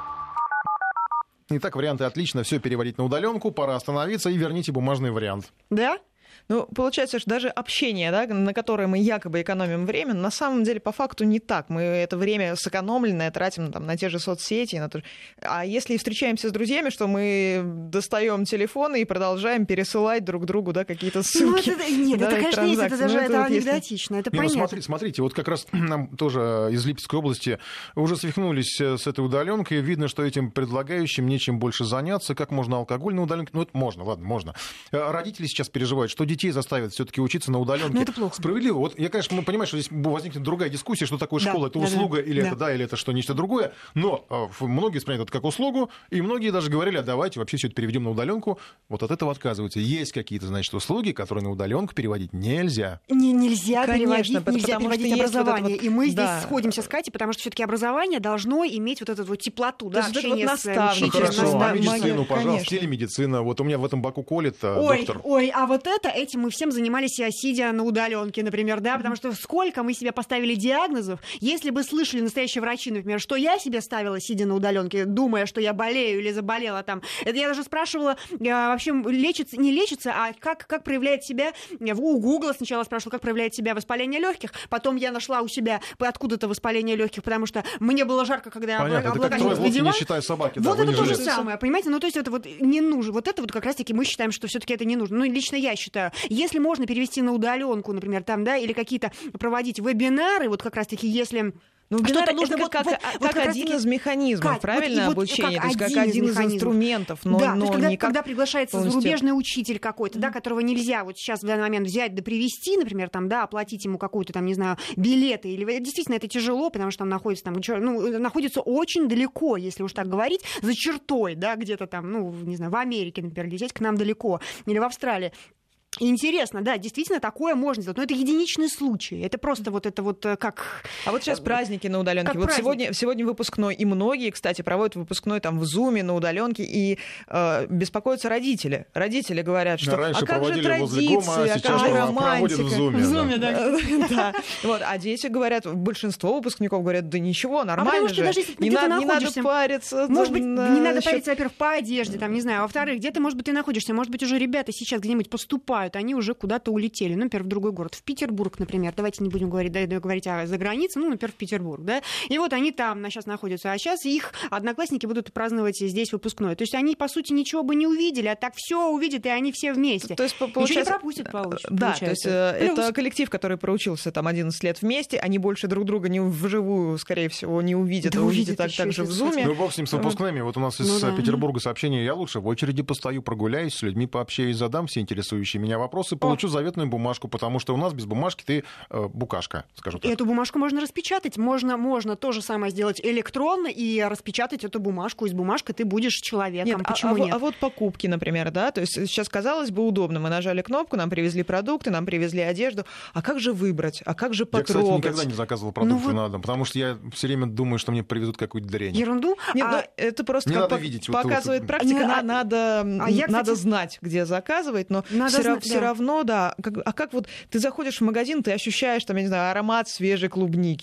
Итак, варианты отлично. Все переводить на удаленку. Пора остановиться и верните бумажный вариант. Да? Ну, получается, что даже общение, да, на которое мы якобы экономим время, на самом деле по факту не так. Мы это время сэкономленное тратим там, на те же соцсети. На то... А если встречаемся с друзьями, что мы достаем телефоны и продолжаем пересылать друг другу, да, какие-то ссылки. Ну, это, нет, да, это, конечно, есть, это даже ну, это это вот анекдотично, если... это Не, ну, понятно. смотрите, смотрите, вот как раз нам тоже из Липецкой области уже свихнулись с этой удаленкой. Видно, что этим предлагающим нечем больше заняться. Как можно алкоголь на удаленке? Ну, это можно, ладно, можно. Родители сейчас переживают, что детей заставят все-таки учиться на удаленке. Ну, это плохо. Справедливо. Вот я, конечно, мы понимаем, что здесь возникнет другая дискуссия, что такое Да, школа, это да, услуга да, или да. это да, или это что, нечто другое. Но э, многие воспринимают это как услугу, и многие даже говорили, а давайте вообще все это переведем на удаленку. Вот от этого отказываются. Есть какие-то, значит, услуги, которые на удаленку переводить нельзя. Не, нельзя Конечно, переводить, нельзя потому что переводить есть вот образование. это вот- И мы да. здесь сходимся с Катей, потому что все-таки образование должно иметь вот эту вот теплоту, да, есть вот это общение вот с наставничество, Ну, учителем. хорошо, а да, медицину, магия, пожалуйста, конечно. телемедицина. Вот у меня в этом боку колет а, Ой, доктор. ой, а вот это, этим мы всем занимались, а, сидя на удаленке, например, да, потому что сколько мы себе поставили диагнозов, если бы слышали настоящие врачи, например, что я себе ставила, сидя на удаленке, думая, что я болею или заболела там, это я даже спрашивала, а, вообще лечится, не лечится, а как, как проявляет себя, у Гугла сначала спрашивала, как проявляет себя воспаление легких, потом я нашла у себя откуда-то воспаление легких, потому что мне было жарко, когда я Понятно, это как облокотилась твой на диван. не считая собаки. Да, Вот вы это не то же жалеете. самое, понимаете? Ну, то есть это вот не нужно. Вот это вот как раз-таки мы считаем, что все-таки это не нужно. Ну, лично я считаю. Если можно перевести на удаленку, например, там, да, или какие-то проводить вебинары, вот как раз-таки, если... Ну, Что-то вебинар нужно это вот- как, вот- как, вот как как один раз-таки- из механизмов, Кать, правильно, вот и вот обучения, как то есть как один из один из механизмов. инструментов, но, да, но то есть когда, никак когда приглашается полностью. зарубежный учитель какой-то, да, которого нельзя вот сейчас в данный момент взять да привести, например, там, да, оплатить ему какую-то там, не знаю, билеты, или действительно это тяжело, потому что он находится там, ну, находится очень далеко, если уж так говорить, за чертой, да, где-то там, ну, не знаю, в Америке, например, лететь к нам далеко, или в Австралии. И интересно, да, действительно такое можно сделать. Но это единичный случай. Это просто вот это вот как... А вот сейчас праздники на удаленке. Как Вот праздник. сегодня, сегодня выпускной, и многие, кстати, проводят выпускной там в Зуме на удаленке, и э, беспокоятся родители. Родители говорят, что Раньше а как же проводили возле традиции, ГУМа, а а сейчас как же проводят романтика? в Зуме. В Зуме, да. Да. Вот. А дети говорят, большинство выпускников говорят, да ничего, А потому нормально что же. даже если ты Не, где-то надо, не надо находишься, париться. Может там, быть, на- не надо насчёт- париться, во-первых, по одежде, там, не знаю. Во-вторых, где-то, может быть, ты находишься. Может быть, уже ребята сейчас где-нибудь поступают, они уже куда-то улетели. Ну, например, в другой город. В Петербург, например. Давайте не будем говорить, да, говорить о за границей, ну, например, в Петербург, да. И вот они там сейчас находятся. А сейчас их одноклассники будут праздновать здесь выпускной. То есть они, по сути, ничего бы не увидели, а так все увидят, и они все вместе. То есть, Ничего не получается, пропустят, получ- да, получается. то есть э, Плюс. это коллектив, который проучился там одиннадцать лет вместе, они больше друг друга не вживую, скорее всего, не увидят, Да а увидят увидят так, ещё, так же в если Зуме. Ну, бог с ним, с выпускными. Вот у нас из Ну да. Петербурга сообщение. Я лучше в очереди постою, прогуляюсь, с людьми пообщаюсь, задам все интересующие меня вопросы, получу заветную бумажку, потому что у нас без бумажки ты э, букашка, скажу так. И эту бумажку можно распечатать. Можно, можно то же самое сделать электронно и распечатать эту бумажку. И с бумажкой ты будешь человеком. Нет, а- Почему а, нет? а вот покупки, например, да, то есть сейчас казалось бы удобно, мы нажали кнопку, нам привезли продукты, нам привезли одежду, а как же выбрать, а как же Я, кстати, потрогать? никогда не заказывал продукты Ну вот- на дом, потому что я все время думаю, что мне привезут какую-то дрянь. Ерунду? Нет, А- ну, это просто Не как надо пок- видеть вот показывает вот- практика, Не, на- а- надо, а я, надо кстати- знать, где заказывать, но Надо все, знать, да. равно, да. Как- а как вот ты заходишь в магазин, ты ощущаешь, там, я не знаю, аромат свежей клубники.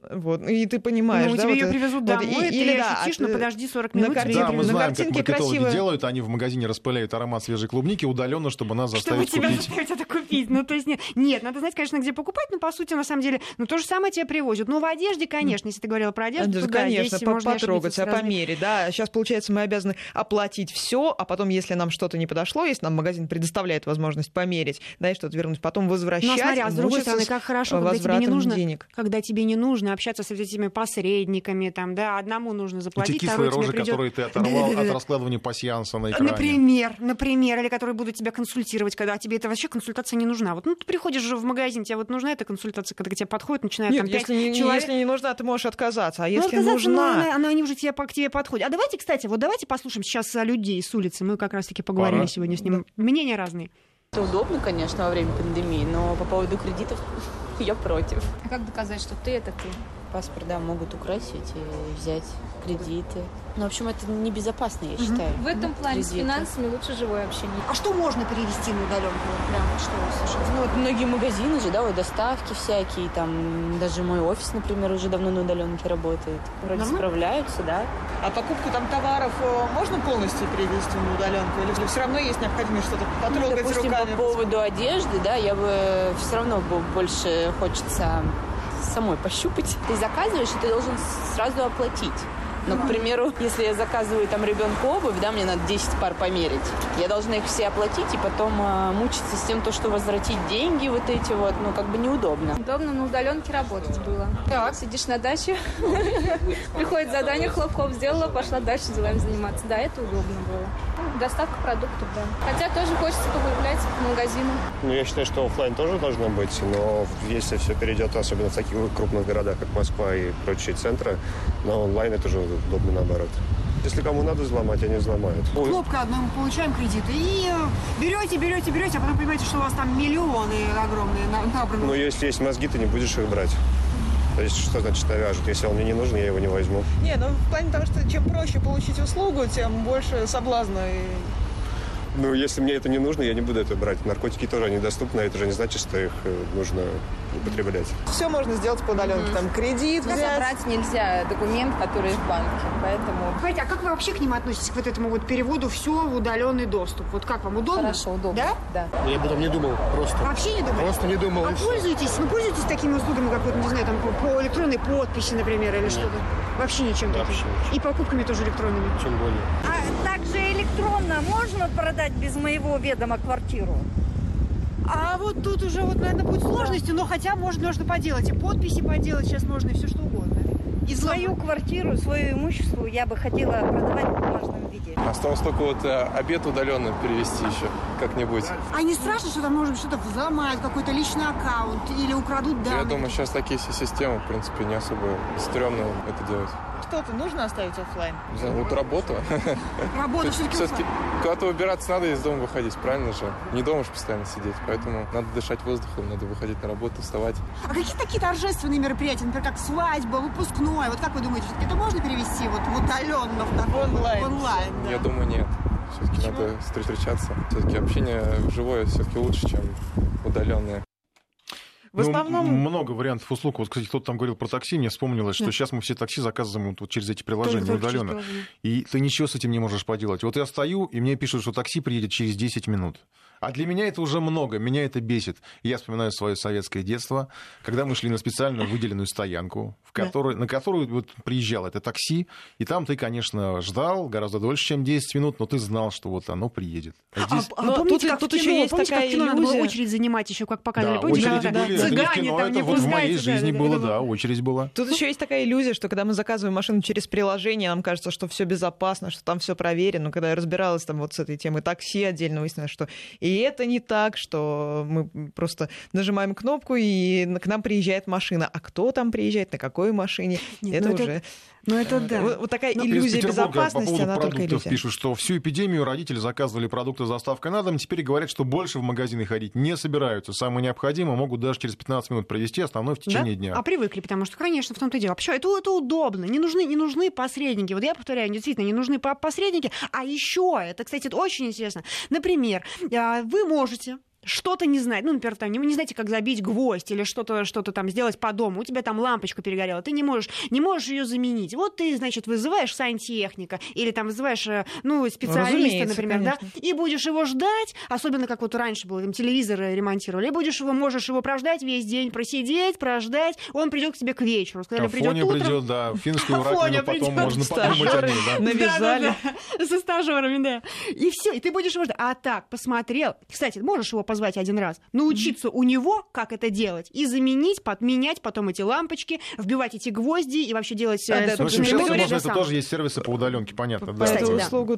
Вот, и ты понимаешь, ну, да? тебе вот, ее привезут домой, вот, и, ты или, да, ощутишь, а, но подожди сорок минут. На картинке, да, мы на знаем, картинке как маркетологи красиво... делают, они в магазине распыляют аромат свежей клубники удаленно, чтобы нас заставить чтобы купить. тебя заставить это купить. Ну, то есть, нет, нет, надо знать, конечно, где покупать, но, по сути, на самом деле, ну, то же самое тебе привозят. Ну, в одежде, конечно, если ты говорила про одежду, Да, то, да, конечно, здесь по- можно потрогать, ошибиться а сразу. померить, да. Сейчас, получается, мы обязаны оплатить все, а потом, если нам что-то не подошло, если нам магазин предоставляет возможность померить, да, и что-то вернуть, потом возвращать. Ну, смотри, а с другой стороны, как хорошо, когда тебе не нужно, денег. когда тебе не нужно общаться с этими посредниками, там, да, одному нужно заплатить, Эти второй кислые тебе рожи, придет... которые ты оторвал Да-да-да. от раскладывания пасьянса на экране. Например, например, или которые будут тебя консультировать, когда тебе это вообще консультация не нужна. Вот, ну, ты приходишь же в магазин, тебе вот нужна эта консультация, когда к тебе подходит, начинает Нет, там пять если не, человек... если не нужна, ты можешь отказаться, а Ну, если отказаться, нужна... ну, она, она, они уже тебе, к тебе подходят. А давайте, кстати, вот давайте послушаем сейчас людей с улицы. Мы как раз-таки поговорили Пора. сегодня с ним. Мнения разные. Это удобно, конечно, во время пандемии, но по поводу кредитов я против. А как доказать, что ты это ты? Паспорт, да, могут украсить и взять кредиты. Ну, в общем, это небезопасно, я считаю. В этом плане Кредиты. с финансами лучше живое общение. А что можно перевести на удаленку? Вот прям вот что вы слышите? Ну, вот многие магазины же, да, вот доставки всякие, там, даже мой офис, например, уже давно на удаленке работает. Вроде Нормально? справляются, да. А покупку там товаров э, можно полностью перевести на удаленку? Или все равно есть необходимость что-то Ну, потрогать допустим, руками? по поводу одежды, да, я бы все равно бы больше хочется самой пощупать. Ты заказываешь, и ты должен сразу оплатить. Но, к примеру, если я заказываю там ребенку обувь, да, мне надо десять пар померить. Я должна их все оплатить и потом а, мучиться с тем, то, что возвратить деньги вот эти вот, ну, как бы неудобно. Удобно на удаленке работать было. Так. Сидишь на даче, приходит задание, хлоп-хлоп сделала, пошла дальше делами заниматься. Да, это удобно было. Доставка продуктов, да. Хотя тоже хочется погулять по магазину. Ну, я считаю, что офлайн тоже должно быть, но если все перейдет, особенно в таких крупных городах, как Москва и прочие центры, на онлайн это уже удобно наоборот. Если кому надо взломать, они взломают. Кнопка одна, мы получаем кредиты. И берете, берете, берете, а потом понимаете, что у вас там миллионы огромные набраны. Ну, если есть мозги, ты не будешь их брать. То есть, что значит навяжут? Если он мне не нужен, я его не возьму. Не, ну в плане того, что чем проще получить услугу, тем больше соблазна. И... Ну, если мне это не нужно, я не буду это брать. Наркотики тоже они доступны, это же не значит, что их нужно употреблять. Все можно сделать по удаленке. Там кредит взять. Забрать нельзя документ, который в банке, поэтому... Смотрите, а как вы вообще к ним относитесь, к вот этому вот переводу все в удаленный доступ? Вот как вам, удобно? Хорошо, удобно. Да? Да. Я об этом не думал просто. Вообще не думаете? Просто не думал. А пользуетесь, ну, пользуетесь такими услугами, как вот, не знаю, там, по, по электронной подписи, например, или что-то? Вообще ничем таким? Вообще ничем. И покупками тоже электронными? Тем более. А также электронно можно продать без моего ведома квартиру? А вот тут уже, вот, наверное, будет сложности, но хотя можно, можно поделать. И подписи поделать сейчас можно, и все что угодно. И свою квартиру, свое имущество я бы хотела продавать в бумажном виде. Осталось только вот обед удаленно перевести еще как-нибудь. А не страшно, что там может что-то взломать, какой-то личный аккаунт или украдут данные? Я думаю, сейчас такие все системы, в принципе, не особо стрёмно это делать. Что-то нужно оставить офлайн? Не знаю, вот работу. Работа все-таки Все-таки куда-то выбираться надо из дома выходить, правильно же? Не дома же постоянно сидеть, поэтому надо дышать воздухом, надо выходить на работу, вставать. А какие такие торжественные мероприятия, например, как свадьба, выпускной, вот как вы думаете, все-таки это можно перевести вот в удаленно, в такой онлайн? онлайн, да? Я думаю, нет. Все-таки надо встречаться. Все-таки общение живое все-таки лучше, чем удаленное. В основном... Ну, много вариантов услуг. Вот, кстати, кто-то там говорил про такси, мне вспомнилось, что да. сейчас мы все такси заказываем вот, вот через эти приложения удаленно. И ты ничего с этим не можешь поделать. Вот я стою, и мне пишут, что такси приедет через десять минут. А для меня это уже много, меня это бесит. Я вспоминаю свое советское детство, когда мы шли на специальную выделенную стоянку, в которой, да. на которую вот приезжало это такси, и там ты, конечно, ждал гораздо дольше, чем десять минут, но ты знал, что вот оно приедет. А, здесь... а, а помните, тут, как тут в кино, еще есть помните, такая как в кино иллюзия? Надо было очередь занимать еще, как показывали? Да, помните, очереди да, были. да. Цыгане это кино, там это не вот в моей да, жизни да, было, да, да, очередь была. Тут еще есть такая иллюзия, что когда мы заказываем машину через приложение, нам кажется, что все безопасно, что там все проверено. Но когда я разбиралась там вот с этой темой такси отдельно, выяснилось, что и это не так, что мы просто нажимаем кнопку, и к нам приезжает машина. А кто там приезжает, на какой машине? Нет, это, это уже... Ну, это да. Вот, вот такая ну, иллюзия безопасности, по поводу она только продуктов иллюзия. Пишут, что всю эпидемию родители заказывали продукты с доставкой на дом, теперь говорят, что больше в магазины ходить не собираются. Самое необходимое могут даже через пятнадцать минут провести, основное в течение да? дня. А привыкли, потому что, конечно, в том-то и дело. Вообще, это, это удобно. Не нужны, не нужны посредники. Вот я повторяю, действительно, не нужны посредники. А еще, это, кстати, это очень интересно. Например, вы можете что-то не знает, ну, например, там, не, не знаете, как забить гвоздь или что-то, что-то там сделать по дому, у тебя там лампочка перегорела, ты не можешь, не можешь ее заменить. Вот ты, значит, вызываешь сантехника или там вызываешь, ну, специалиста, например, конечно. Да, и будешь его ждать, особенно как вот раньше было, там, телевизоры ремонтировали, и будешь его, можешь его прождать весь день, просидеть, прождать, он придет к тебе к вечеру. Сказали, придет утром. Придет, да, финскую раковину, потом можно подумать о ней, да. Навязали. Со стажерами, да. И все, и ты будешь его ждать. А так, посмотрел. Кстати, можешь его позвать один раз, научиться у него, как это делать, и заменить, подменять потом эти лампочки, вбивать эти гвозди и вообще делать... Да, да, в общем, сейчас можно, это тоже есть сервисы по удаленке, понятно. По эту услугу...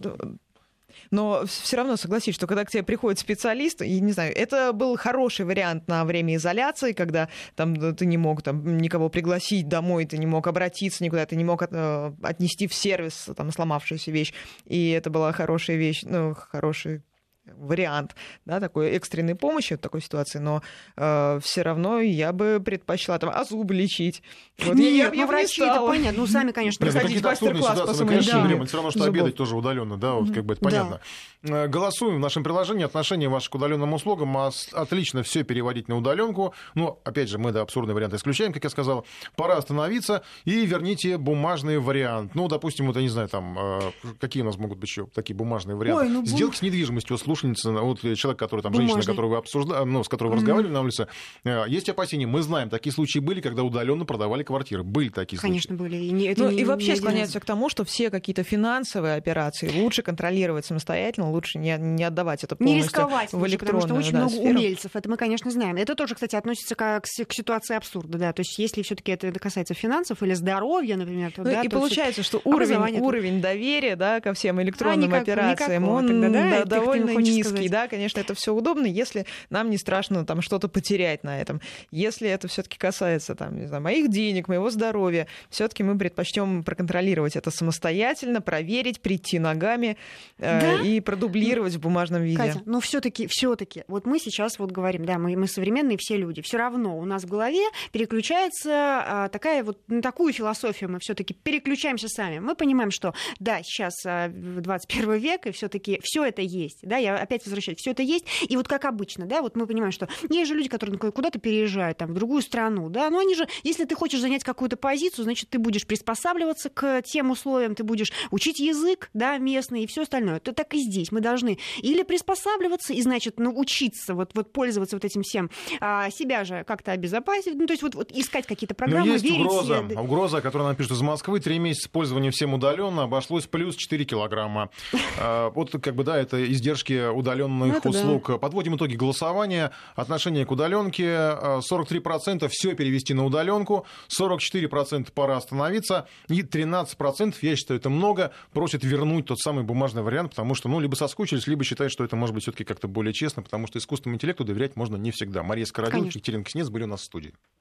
Но все равно согласись, что когда к тебе приходит специалист, и не знаю, это был хороший вариант на время изоляции, когда там ты не мог там никого пригласить домой, ты не мог обратиться никуда, ты не мог от, отнести в сервис там сломавшуюся вещь, и это была хорошая вещь, ну, хороший вариант, да, такой экстренной помощи в такой ситуации, но э, все равно я бы предпочла там, а зубы лечить. Вот Нет, я, я, ну, врачи, это понятно, ну, сами, конечно, проходить мастер-класс по самолечению. Все равно, что зубов. Обедать тоже удаленно, да, вот, как бы это понятно. Да. Голосуем в нашем приложении, отношение ваше к удаленным услугам, отлично все переводить на удаленку, но, опять же, мы, да, абсурдный вариант исключаем, как я сказал, пора остановиться и верните бумажный вариант. Ну, допустим, вот я не знаю, там, какие у нас могут быть еще такие бумажные варианты. Ой, ну, сделки с недвижимостью, слушательница, вот человек, который там, бумажный. Женщина, которую вы обсуждали, ну, с которой вы mm-hmm. разговаривали на улице, есть опасения, мы знаем, такие случаи были, когда удаленно продавали квартиры, были такие Конечно, случаи. Конечно, были. И, не, это ну, не, и вообще не склоняются к тому, что все какие-то финансовые операции лучше контролировать самостоятельно, лучше не, не отдавать это полностью не рисковать, в электронную, потому что очень да, много сферу. Умельцев, это мы, конечно, знаем. Это тоже, кстати, относится к, к ситуации абсурда, да, то есть если все-таки это, это касается финансов или здоровья, например, то, ну, да, и то получается, что уровень, уровень доверия, да, ко всем электронным а, никак, операциям, он тогда, да, да, довольно низкий, сказать. Да, конечно, это все удобно, если нам не страшно там что-то потерять на этом. Если это все-таки касается там, не знаю, моих денег, моего здоровья, все-таки мы предпочтем проконтролировать это самостоятельно, проверить, прийти ногами э, да? и продублировать в бумажном виде. Катя, но все-таки, все-таки, вот мы сейчас вот говорим, да, мы, мы современные все люди, все равно у нас в голове переключается а, такая вот, на такую философию мы все-таки переключаемся сами. Мы понимаем, что да, сейчас а, двадцать первый век, и все-таки все это есть, да, я опять возвращаюсь, все это есть, и вот как обычно, да, вот мы понимаем, что есть же люди, которые куда-то переезжают, там, в другую страну, да, но они же, если ты хочешь занять какую-то позицию, значит, ты будешь приспосабливаться к тем условиям, ты будешь учить язык, да, местный и все остальное. То так и здесь мы должны или приспосабливаться и, значит, научиться вот, вот пользоваться вот этим всем, а себя же как-то обезопасить, ну, то есть вот, вот искать какие-то программы, но есть верить угроза, себе. угроза, которую нам пишут из Москвы, три месяца пользования всем удаленно обошлось плюс четыре килограмма. Вот, как бы, да, это издержки удаленных ну, услуг. Да. Подводим итоги голосования. Отношение к удаленке сорок три процента все перевести на удаленку, сорок четыре процента пора остановиться, и тринадцать процентов, я считаю, это много, просят вернуть тот самый бумажный вариант, потому что, ну, либо соскучились, либо считают, что это может быть все-таки как-то более честно, потому что искусственному интеллекту доверять можно не всегда. Мария Скородил, Екатерина Кснец были у нас в студии.